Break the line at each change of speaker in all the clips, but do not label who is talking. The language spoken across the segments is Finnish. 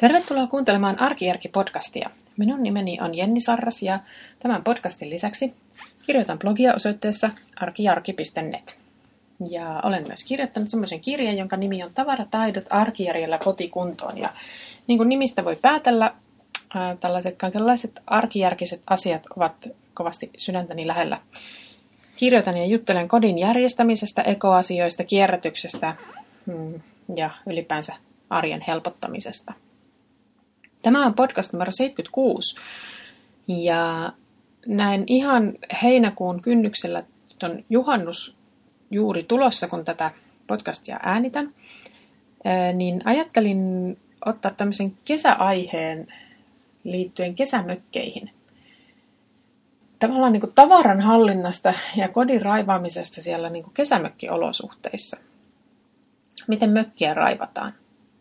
Tervetuloa kuuntelemaan Arkijärki-podcastia. Minun nimeni on Jenni Sarras ja tämän podcastin lisäksi kirjoitan blogia osoitteessa arkijarki.net. Ja olen myös kirjoittanut semmoisen kirjan, jonka nimi on Tavarataidot arkijärjellä kotikuntoon. Ja niin kuin nimistä voi päätellä, tällaiset kaikenlaiset arkijärkiset asiat ovat kovasti sydäntäni lähellä. Kirjoitan ja juttelen kodin järjestämisestä, ekoasioista, kierrätyksestä ja ylipäänsä arjen helpottamisesta. Tämä on podcast numero 76 ja näin ihan heinäkuun kynnyksellä on juhannus juuri tulossa, kun tätä podcastia äänitän, niin ajattelin ottaa tämmöisen kesäaiheen liittyen kesämökkeihin. Tavallaan niin kuin tavaran hallinnasta ja kodin raivaamisesta siellä niin kuin kesämökkiolosuhteissa. Miten mökkiä raivataan?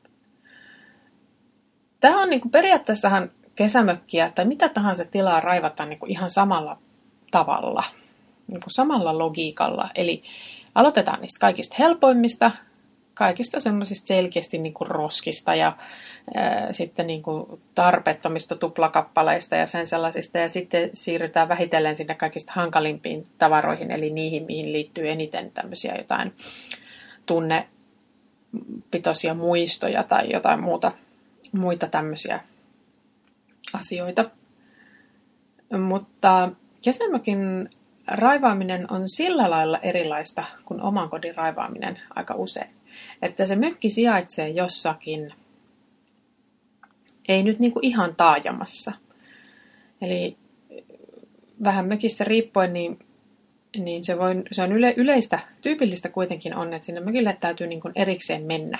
Tämä on niin kuin periaatteessahan kesämökkiä tai mitä tahansa tilaa raivataan niin kuin ihan samalla tavalla, niin kuin samalla logiikalla. Eli aloitetaan niistä kaikista helpoimmista, kaikista semmoisista selkeästi niin kuin roskista ja sitten niin kuin tarpeettomista tuplakappaleista ja sen sellaisista. Ja sitten siirrytään vähitellen sinne kaikista hankalimpiin tavaroihin, eli niihin, mihin liittyy eniten tämmöisiä jotain tunnepitoisia muistoja tai jotain muita tämmöisiä asioita. Mutta kesämökin raivaaminen on sillä lailla erilaista kuin oman kodin raivaaminen aika usein. Että se mökki sijaitsee jossakin, ei nyt niin kuin ihan taajamassa. Eli vähän mökistä riippuen, niin se on yleistä, tyypillistä kuitenkin on, että sinne mökille täytyy niin kuin erikseen mennä.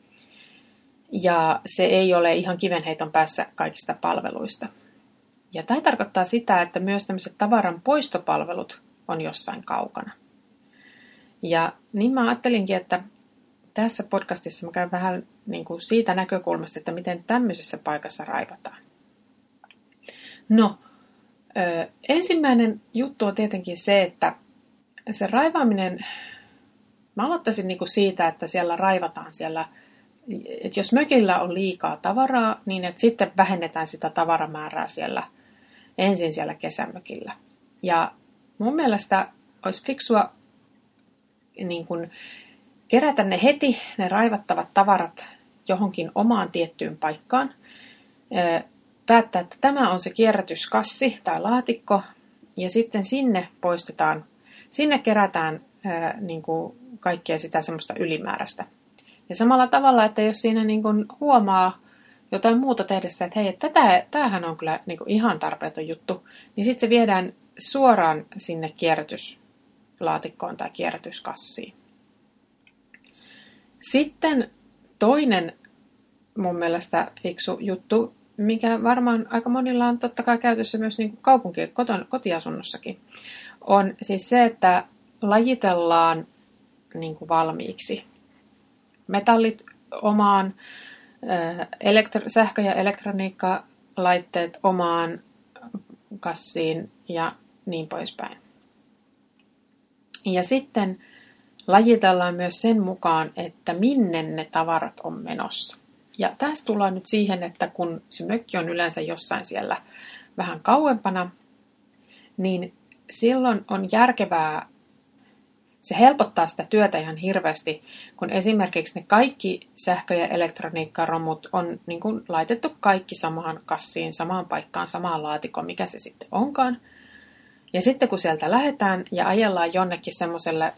Ja se ei ole ihan kivenheiton päässä kaikista palveluista. Ja tämä tarkoittaa sitä, että myös tämmöiset tavaran poistopalvelut on jossain kaukana. Ja niin mä ajattelinkin, että tässä podcastissa mä käyn vähän niin kuin siitä näkökulmasta, että miten tämmöisessä paikassa raivataan. No, ensimmäinen juttu on tietenkin se, että se raivaaminen, mä aloittaisin niin kuin siitä, että siellä raivataan siellä, että jos mökillä on liikaa tavaraa, niin että sitten vähennetään sitä tavaramäärää ensin siellä kesämökillä. Ja mun mielestä olisi fiksua niin kuin kerätä ne raivattavat tavarat johonkin omaan tiettyyn paikkaan. Päättää, että tämä on se kierrätyskassi tai laatikko, ja sitten sinne kerätään niin kuin kaikkea sitä semmoista ylimääräistä. Ja samalla tavalla, että jos siinä niin kuin huomaa jotain muuta tehdessä, että hei, että tämähän on kyllä niin kuin ihan tarpeeton juttu, niin sitten se viedään suoraan sinne kierrätyslaatikkoon tai kierrätyskassiin. Sitten toinen mun mielestä fiksu juttu, mikä varmaan aika monilla on totta kai käytössä myös niin kuin kotiasunnossakin, on siis se, että lajitellaan niin kuin valmiiksi metallit omaan, sähkö- ja elektroniikkalaitteet omaan kassiin ja niin poispäin. Ja sitten lajitellaan myös sen mukaan, että minne ne tavarat on menossa. Ja tässä tullaan nyt siihen, että kun se mökki on yleensä jossain siellä vähän kauempana, niin silloin on järkevää, se helpottaa sitä työtä ihan hirveästi, kun esimerkiksi ne kaikki sähkö- ja elektroniikkaromut on niin kuin laitettu kaikki samaan kassiin, samaan paikkaan, samaan laatikkoon, mikä se sitten onkaan. Ja sitten kun sieltä lähdetään ja ajellaan jonnekin semmoiselle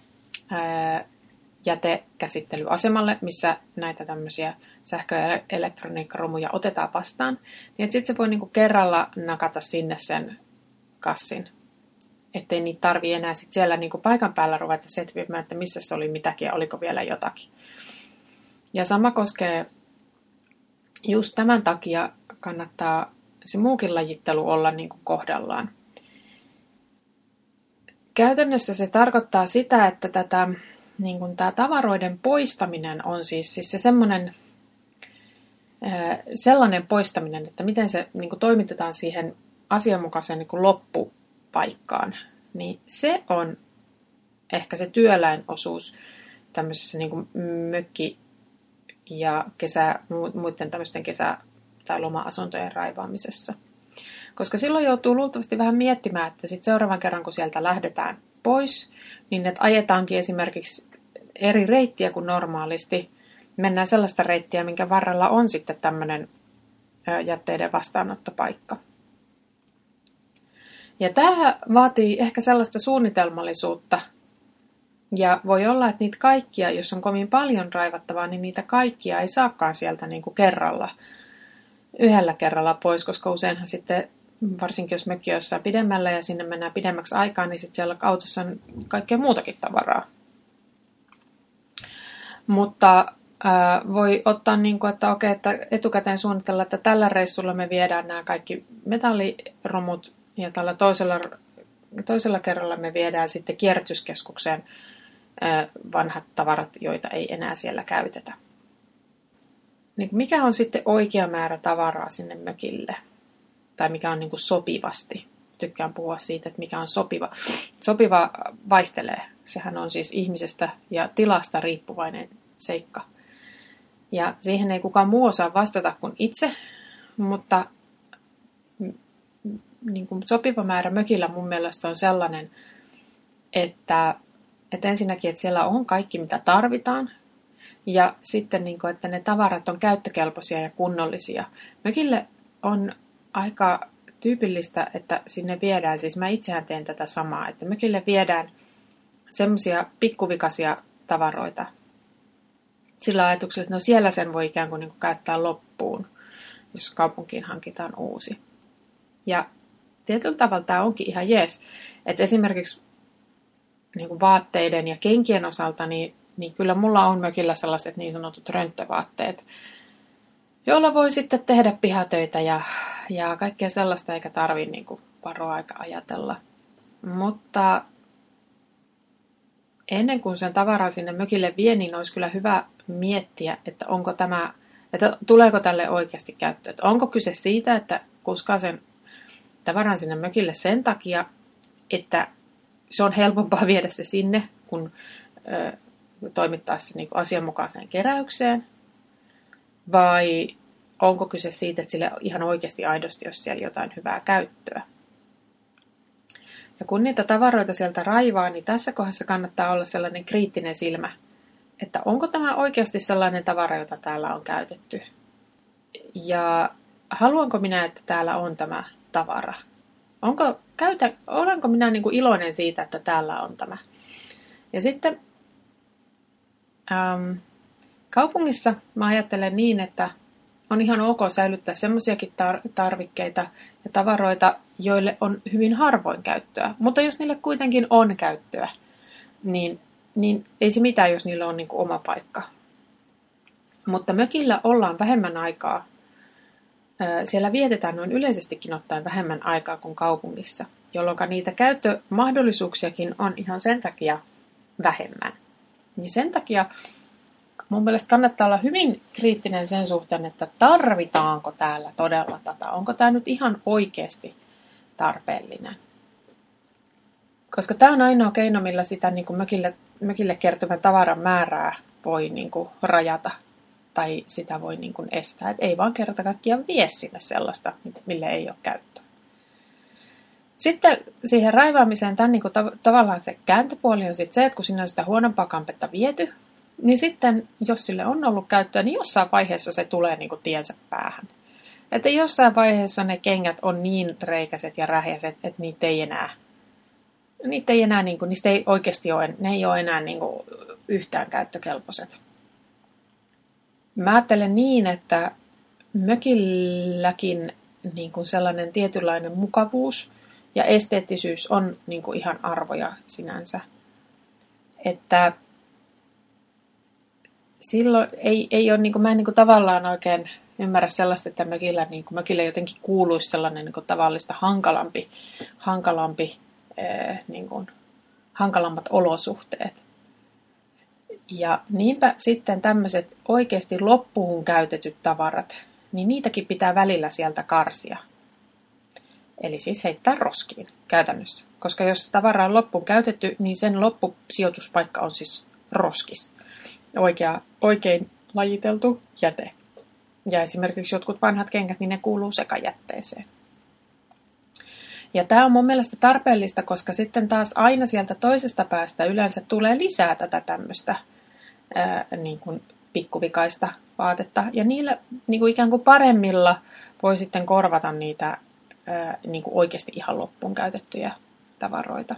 jätekäsittelyasemalle, missä näitä tämmöisiä sähkö- ja elektroniikkaromuja otetaan vastaan, niin sitten se voi niin kuin kerralla nakata sinne sen kassin. Ettei niitä tarvitse enää sit siellä niinku paikan päällä ruveta setvimään, että missä se oli mitäkin ja oliko vielä jotakin. Ja sama koskee just tämän takia kannattaa se muukin lajittelu olla niinku kohdallaan. Käytännössä se tarkoittaa sitä, että tämä tavaroiden poistaminen on siis se sellainen poistaminen, että miten se niinku toimitetaan siihen asianmukaiseen niinku loppupaikkaan, niin se on ehkä se työläin osuus tämmöisessä niin kuin mökki- ja muiden tämmöisten tai loma-asuntojen raivaamisessa. Koska silloin joutuu luultavasti vähän miettimään, että sitten seuraavan kerran, kun sieltä lähdetään pois, niin että ajetaankin esimerkiksi eri reittiä kuin normaalisti. Mennään sellaista reittiä, minkä varrella on sitten tämmöinen jätteiden vastaanottopaikka. Ja tämä vaatii ehkä sellaista suunnitelmallisuutta. Ja voi olla, että niitä kaikkia, jos on kovin paljon raivattavaa, niin niitä kaikkia ei saakaan sieltä niin kuin yhdellä kerralla pois, koska useinhan sitten, varsinkin jos mökki on jossain pidemmällä ja sinne mennään pidemmäksi aikaa, niin sitten siellä autossa on kaikkea muutakin tavaraa. Mutta voi ottaa, niin kuin, että okei, että etukäteen suunnitella, että tällä reissulla me viedään nämä kaikki metalliromut ja tällä toisella kerralla me viedään sitten kierrätyskeskukseen vanhat tavarat, joita ei enää siellä käytetä. Niin mikä on sitten oikea määrä tavaraa sinne mökille? Tai mikä on niin kuin sopivasti? Tykkään puhua siitä, että mikä on sopiva. Sopiva vaihtelee. Sehän on siis ihmisestä ja tilasta riippuvainen seikka. Ja siihen ei kukaan muu osaa vastata kuin itse, mutta niin kuin sopiva määrä mökillä mun mielestä on sellainen, että ensinnäkin, että siellä on kaikki, mitä tarvitaan, ja sitten, niin kuin, että ne tavarat on käyttökelpoisia ja kunnollisia. Mökille on aika tyypillistä, että sinne viedään, siis mä itsehän teen tätä samaa, että mökille viedään semmoisia pikkuvikaisia tavaroita, sillä ajatuksella, että no siellä sen voi ikään kuin käyttää loppuun, jos kaupunkiin hankitaan uusi. Ja tietyllä tavalla tämä onkin ihan jees, että esimerkiksi niin kuin vaatteiden ja kenkien osalta, niin kyllä mulla on mökillä sellaiset niin sanotut rönttövaatteet, joilla voi sitten tehdä pihatöitä ja kaikkea sellaista, eikä tarvitse niin kuin varoaika ajatella. Mutta ennen kuin sen tavaran sinne mökille vie, niin olisi kyllä hyvä miettiä, että tuleeko tälle oikeasti käyttöä. Että onko kyse siitä, että kuskaa sen tavaran sinne mökille sen takia, että se on helpompaa viedä se sinne, kun toimittaa se niin kuin asianmukaiseen keräykseen. Vai onko kyse siitä, että sille ihan oikeasti aidosti olisi siellä jotain hyvää käyttöä. Ja kun niitä tavaroita sieltä raivaa, niin tässä kohdassa kannattaa olla sellainen kriittinen silmä, että onko tämä oikeasti sellainen tavara, jota täällä on käytetty. Ja haluanko minä, että täällä on tämä tavara? Olenko minä niin kuin iloinen siitä, että täällä on tämä? Ja sitten kaupungissa mä ajattelen niin, että on ihan ok säilyttää semmoisiakin tarvikkeita ja tavaroita, joille on hyvin harvoin käyttöä. Mutta jos niille kuitenkin on käyttöä, niin ei se mitään, jos niillä on niin kuin oma paikka. Mutta mökillä ollaan vähemmän aikaa. Siellä vietetään noin yleisestikin ottaen vähemmän aikaa kuin kaupungissa, jolloin niitä käyttömahdollisuuksiakin on ihan sen takia vähemmän. Niin sen takia mun mielestä kannattaa olla hyvin kriittinen sen suhteen, että tarvitaanko täällä todella tätä. Onko tämä nyt ihan oikeasti tarpeellinen? Koska tämä on ainoa keino, millä sitä niin kuin mökille kertyvän tavaran määrää voi niin kuin rajata tai sitä voi niin kuin estää. Et ei vaan kerta kaikkiaan vie sinne sellaista, mille ei ole käyttöä. Sitten siihen raivaamiseen tämän niin kuin tavallaan se kääntöpuoli on sitten se, että kun sinne on sitä huonompaa kampetta viety, niin sitten jos sille on ollut käyttöä, niin jossain vaiheessa se tulee niin kuin tiensä päähän. Että jossain vaiheessa ne kengät on niin reikäiset ja rähjäiset, että niistä ei oikeasti ole, ne ei ole enää niin kuin yhtään käyttökelpoiset. Mä ajattelen niin, että mökilläkin niin kuin sellainen tietynlainen mukavuus ja esteettisyys on niin kuin ihan arvoja sinänsä. Että silloin ei ole, niin kuin, mä en niin kuin tavallaan oikein ymmärrä sellaista, että mökille jotenkin kuuluisi sellainen niin kuin tavallista hankalammat olosuhteet. Ja niinpä sitten tämmöiset oikeasti loppuun käytetyt tavarat, niin niitäkin pitää välillä sieltä karsia. Eli siis heittää roskiin käytännössä. Koska jos tavara on loppuun käytetty, niin sen loppusijoituspaikka on siis roskis. Oikein lajiteltu jäte. Ja esimerkiksi jotkut vanhat kengät, niin ne kuuluu sekajätteeseen. Ja tämä on mun mielestä tarpeellista, koska sitten taas aina sieltä toisesta päästä yleensä tulee lisää tätä tämmöistä niin kuin pikkuvikaista vaatetta. Ja niillä niin kuin ikään kuin paremmilla voi sitten korvata niitä niin kuin oikeasti ihan loppuun käytettyjä tavaroita.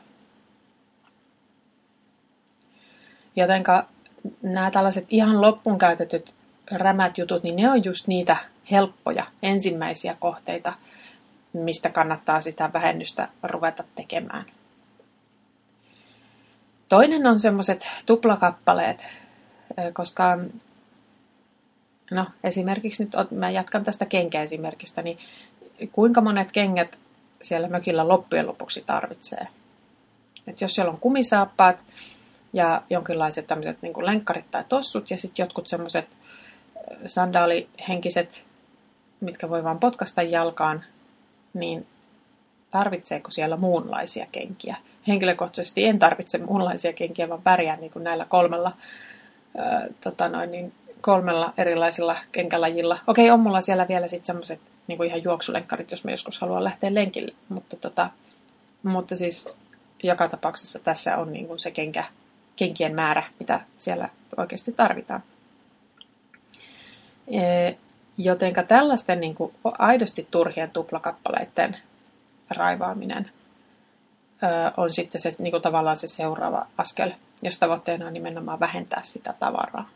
Jotenka nämä tällaiset ihan loppuun käytetyt rämät jutut, niin ne on just niitä helppoja ensimmäisiä kohteita, mistä kannattaa sitä vähennystä ruveta tekemään. Toinen on semmoiset tuplakappaleet, koska no esimerkiksi nyt mä jatkan tästä kenkäesimerkistä, niin kuinka monet kengät siellä mökillä loppujen lopuksi tarvitsee. Et jos siellä on kumisaappaat ja jonkinlaiset tämmöiset niin kuin lenkkarit tai tossut ja sitten jotkut semmoiset sandaalihenkiset, mitkä voi vaan potkasta jalkaan, niin tarvitseeko siellä muunlaisia kenkiä? Henkilökohtaisesti en tarvitse muunlaisia kenkiä, vaan pärjään niin kuin näillä kolmella erilaisilla kenkälajilla. Okei, on mulla siellä vielä sitten semmoiset niin kuin ihan juoksulenkkarit, jos mä joskus haluan lähteä lenkille. Mutta siis joka tapauksessa tässä on niin kuin se kenkien määrä, mitä siellä oikeasti tarvitaan. Jotenka tällaisten niin kuin aidosti turhien tuplakappaleiden raivaaminen on sitten se, niin kuin tavallaan se seuraava askel, jos tavoitteena on nimenomaan vähentää sitä tavaraa.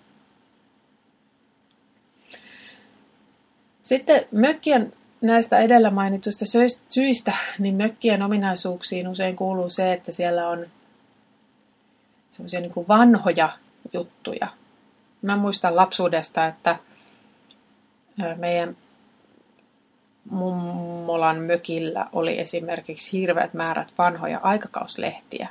Sitten mökkien näistä edellä mainituista syistä, niin mökkien ominaisuuksiin usein kuuluu se, että siellä on semmoisia niin kuin vanhoja juttuja. Mä muistan lapsuudesta, että meidän mummolan mökillä oli esimerkiksi hirveät määrät vanhoja aikakauslehtiä.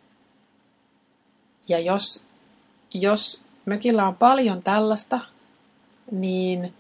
Ja jos mökillä on paljon tällaista, niin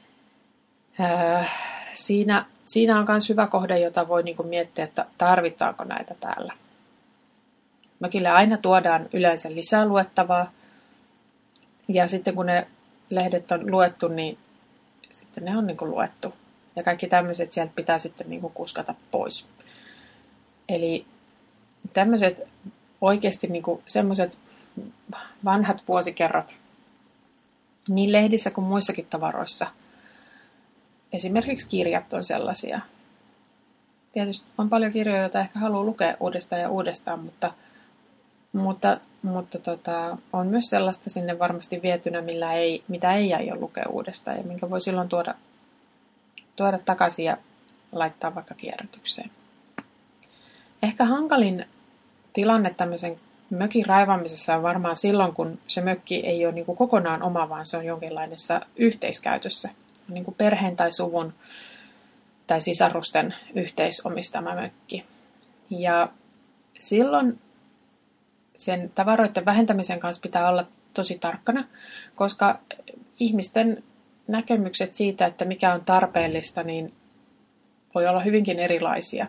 siinä on myös hyvä kohde, jota voi niinku miettiä, että tarvitaanko näitä täällä. Mökille aina tuodaan yleensä lisää luettavaa. Ja sitten kun ne lehdet on luettu, niin sitten ne on niinku luettu. Ja kaikki tämmöiset sieltä pitää sitten niinku kuskata pois. Eli tämmöiset oikeasti niinku semmoiset vanhat vuosikerrat niin lehdissä kuin muissakin tavaroissa. Esimerkiksi kirjat on sellaisia. Tietysti on paljon kirjoja, joita ehkä haluaa lukea uudestaan ja uudestaan, mutta on myös sellaista sinne varmasti vietynä, mitä ei aio lukea uudestaan ja minkä voi silloin tuoda takaisin ja laittaa vaikka kierrätykseen. Ehkä hankalin tilanne tämmöisen mökin raivaamisessa on varmaan silloin, kun se mökki ei ole niin kuin kokonaan oma, vaan se on jonkinlaisessa yhteiskäytössä. Niin kuin perheen tai suvun tai sisarusten yhteisomistama mökki. Ja silloin sen tavaroiden vähentämisen kanssa pitää olla tosi tarkkana, koska ihmisten näkemykset siitä, että mikä on tarpeellista, niin voi olla hyvinkin erilaisia.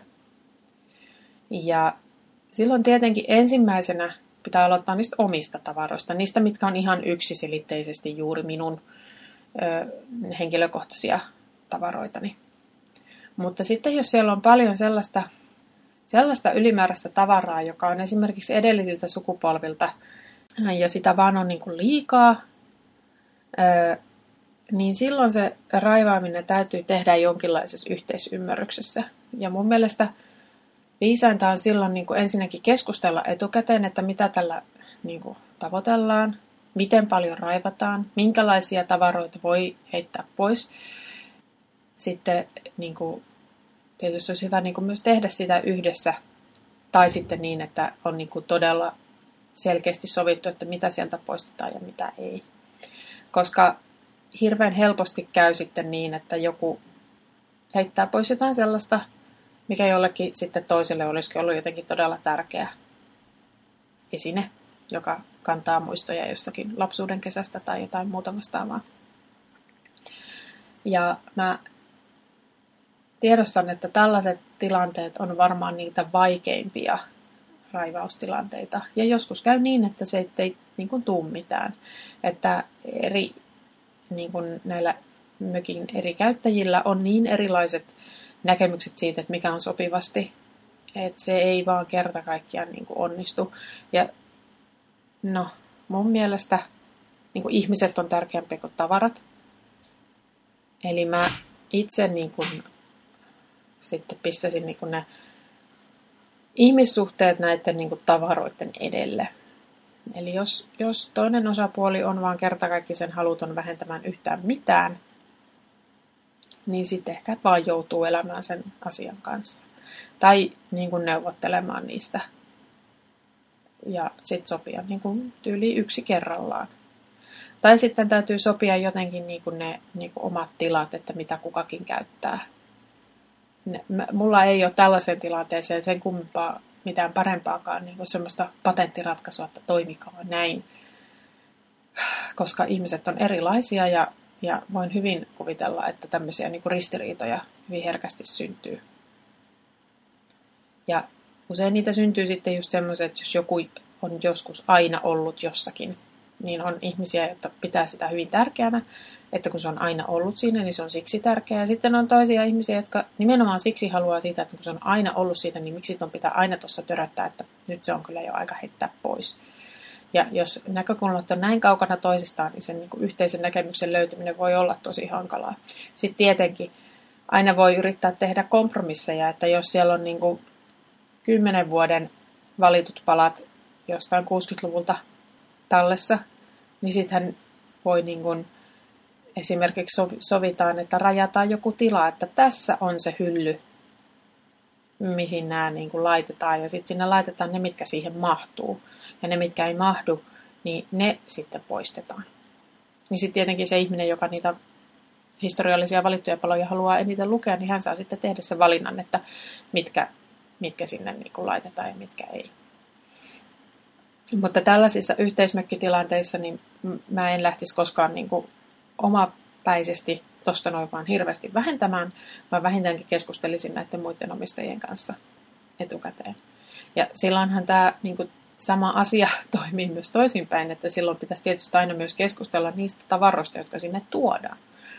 Ja silloin tietenkin ensimmäisenä pitää aloittaa niistä omista tavaroista, niistä mitkä on ihan yksiselitteisesti juuri minun henkilökohtaisia tavaroitani. Mutta sitten jos siellä on paljon sellaista ylimääräistä tavaraa, joka on esimerkiksi edellisiltä sukupolvilta ja sitä vaan on niin kuin liikaa, niin silloin se raivaaminen täytyy tehdä jonkinlaisessa yhteisymmärryksessä. Ja mun mielestä viisainta on silloin niin kuin ensinnäkin keskustella etukäteen, että mitä tällä niin kuin tavoitellaan, miten paljon raivataan, minkälaisia tavaroita voi heittää pois. Sitten niin kuin, tietysti olisi hyvä niin kuin myös tehdä sitä yhdessä, tai sitten niin, että on niin kuin todella selkeästi sovittu, että mitä sieltä poistetaan ja mitä ei. Koska hirveän helposti käy sitten niin, että joku heittää pois jotain sellaista, mikä jollekin sitten toiselle olisikin ollut jotenkin todella tärkeä esine, joka kantaa muistoja jostakin lapsuuden kesästä tai jotain muuta vastaavaa. Ja mä tiedostan, että tällaiset tilanteet on varmaan niitä vaikeimpia raivaustilanteita. Ja joskus käy niin, että se ei niin kuin tuu mitään. Että eri niin kuin näillä mökin eri käyttäjillä on niin erilaiset näkemykset siitä, että mikä on sopivasti, että se ei vaan kerta kaikkiaan niin kuin onnistu. Ja no, mun mielestä niin kuin ihmiset on tärkeämpiä kuin tavarat. Eli mä itse niin kuin, sitten pistäisin niin kuin ne ihmissuhteet näiden niin kuin tavaroiden edelle. Eli jos toinen osapuoli on vaan kertakaikkisen haluton vähentämään yhtään mitään, niin sitten ehkä vaan joutuu elämään sen asian kanssa. Tai niin kuin neuvottelemaan niistä. Ja sitten sopia niin kuin tyyli yksi kerrallaan. Tai sitten täytyy sopia jotenkin niin kuin ne niin kuin omat tilat, että mitä kukakin käyttää. Mulla ei ole tällaiseen tilanteeseen sen kummempaa mitään parempaakaan niin kuin semmoista patenttiratkaisua, että toimikaa näin. Koska ihmiset on erilaisia ja voin hyvin kuvitella, että tämmöisiä niin kuin ristiriitoja hyvin herkästi syntyy. Ja usein niitä syntyy sitten just semmoiset, että jos joku on joskus aina ollut jossakin, niin on ihmisiä, jotka pitää sitä hyvin tärkeänä, että kun se on aina ollut siinä, niin se on siksi tärkeää. Ja sitten on toisia ihmisiä, jotka nimenomaan siksi haluaa siitä, että kun se on aina ollut siinä, niin miksi on pitää aina tuossa töröttää, että nyt se on kyllä jo aika heittää pois. Ja jos näkökulmat on näin kaukana toisistaan, niin sen niin kuin yhteisen näkemyksen löytyminen voi olla tosi hankalaa. Sitten tietenkin aina voi yrittää tehdä kompromisseja, että jos siellä on niin kuin 10 vuoden valitut palat jostain 60-luvulta tallessa, niin sittenhän voi niin kuin esimerkiksi sovitaan, että rajataan joku tila, että tässä on se hylly, mihin nämä niin kuin laitetaan. Ja sitten sinne laitetaan ne, mitkä siihen mahtuu. Ja ne, mitkä ei mahdu, niin ne sitten poistetaan. Niin sitten tietenkin se ihminen, joka niitä historiallisia valittuja paloja haluaa eniten lukea, niin hän saa sitten tehdä sen valinnan, että mitkä sinne niin kuin laitetaan ja mitkä ei. Mutta tällaisissa yhteismökkitilanteissa niin mä en lähtisi koskaan niin kuin omapäisesti tuosta noin vaan hirveästi vähentämään, vaan vähintäänkin keskustelisin näiden muiden omistajien kanssa etukäteen. Ja silloinhan tämä niin kuin sama asia toimii myös toisinpäin, että silloin pitäisi tietysti aina myös keskustella niistä tavaroista, jotka sinne tuodaan.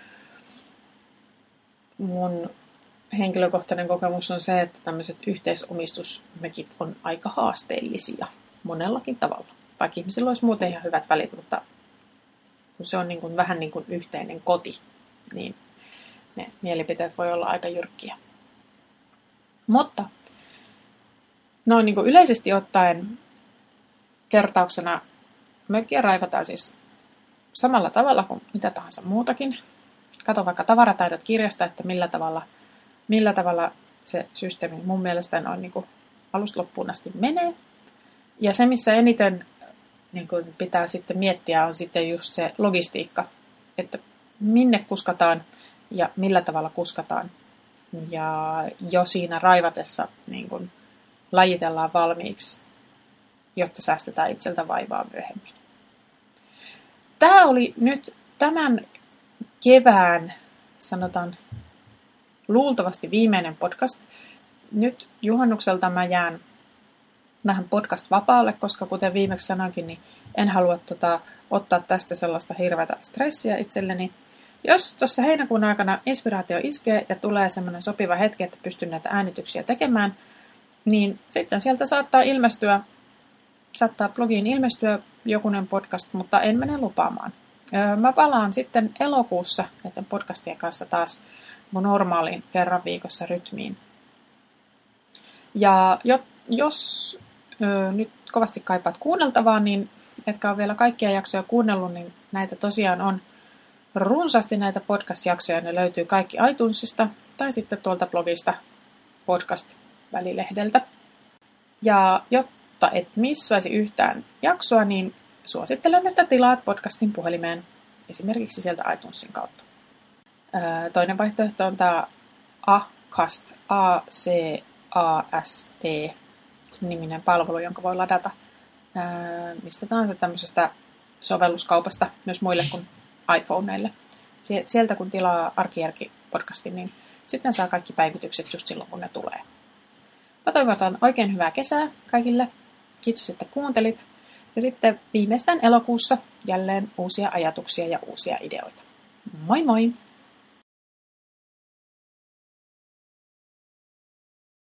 Mun henkilökohtainen kokemus on se, että tämmöiset yhteisomistusmökit on aika haasteellisia monellakin tavalla. Vaikka ihmisillä olisi muuten ihan hyvät välit, mutta kun se on niin kuin, vähän niin kuin yhteinen koti, niin ne mielipiteet voi olla aika jyrkkiä. Mutta noin niin kuin yleisesti ottaen kertauksena mökkiä raivataan siis samalla tavalla kuin mitä tahansa muutakin. Kato vaikka tavarataidot kirjasta, että millä tavalla se systeemi mun mielestä on niin kuin alusta loppuun asti menee. Ja se, missä eniten niin kuin pitää sitten miettiä, on sitten just se logistiikka, että minne kuskataan ja millä tavalla kuskataan. Ja jo siinä raivatessa niin kuin lajitellaan valmiiksi, jotta säästetään itseltä vaivaa myöhemmin. Tämä oli nyt tämän kevään, sanotaan luultavasti viimeinen podcast. Nyt juhannukselta mä jään vähän podcast-vapaalle, koska kuten viimeksi sanoinkin, niin en halua ottaa tästä sellaista hirveätä stressiä itselleni. Jos tuossa heinäkuun aikana inspiraatio iskee ja tulee semmoinen sopiva hetki, että pystyn näitä äänityksiä tekemään, niin sitten sieltä saattaa blogiin ilmestyä jokunen podcast, mutta en mene lupaamaan. Mä palaan sitten elokuussa näiden podcastien kanssa taas mun normaaliin kerran viikossa rytmiin. Ja jos nyt kovasti kaipaat kuunneltavaa, niin etkä ole vielä kaikkia jaksoja kuunnellut, niin näitä tosiaan on runsaasti näitä podcast-jaksoja. Ne löytyy kaikki iTunesista tai sitten tuolta blogista podcast-välilehdeltä. Ja jotta et missaisi yhtään jaksoa, niin suosittelen, että tilaat podcastin puhelimeen esimerkiksi sieltä iTunesin kautta. Toinen vaihtoehto on tämä Acast, ACAST niminen palvelu, jonka voi ladata mistä tahansa tämmöisestä sovelluskaupasta myös muille kuin iPhoneille. Sieltä kun tilaa Arkijärki-podcastin, niin sitten saa kaikki päivitykset just silloin, kun ne tulee. Mä toivotan oikein hyvää kesää kaikille. Kiitos, että kuuntelit. Ja sitten viimeistään elokuussa jälleen uusia ajatuksia ja uusia ideoita. Moi moi!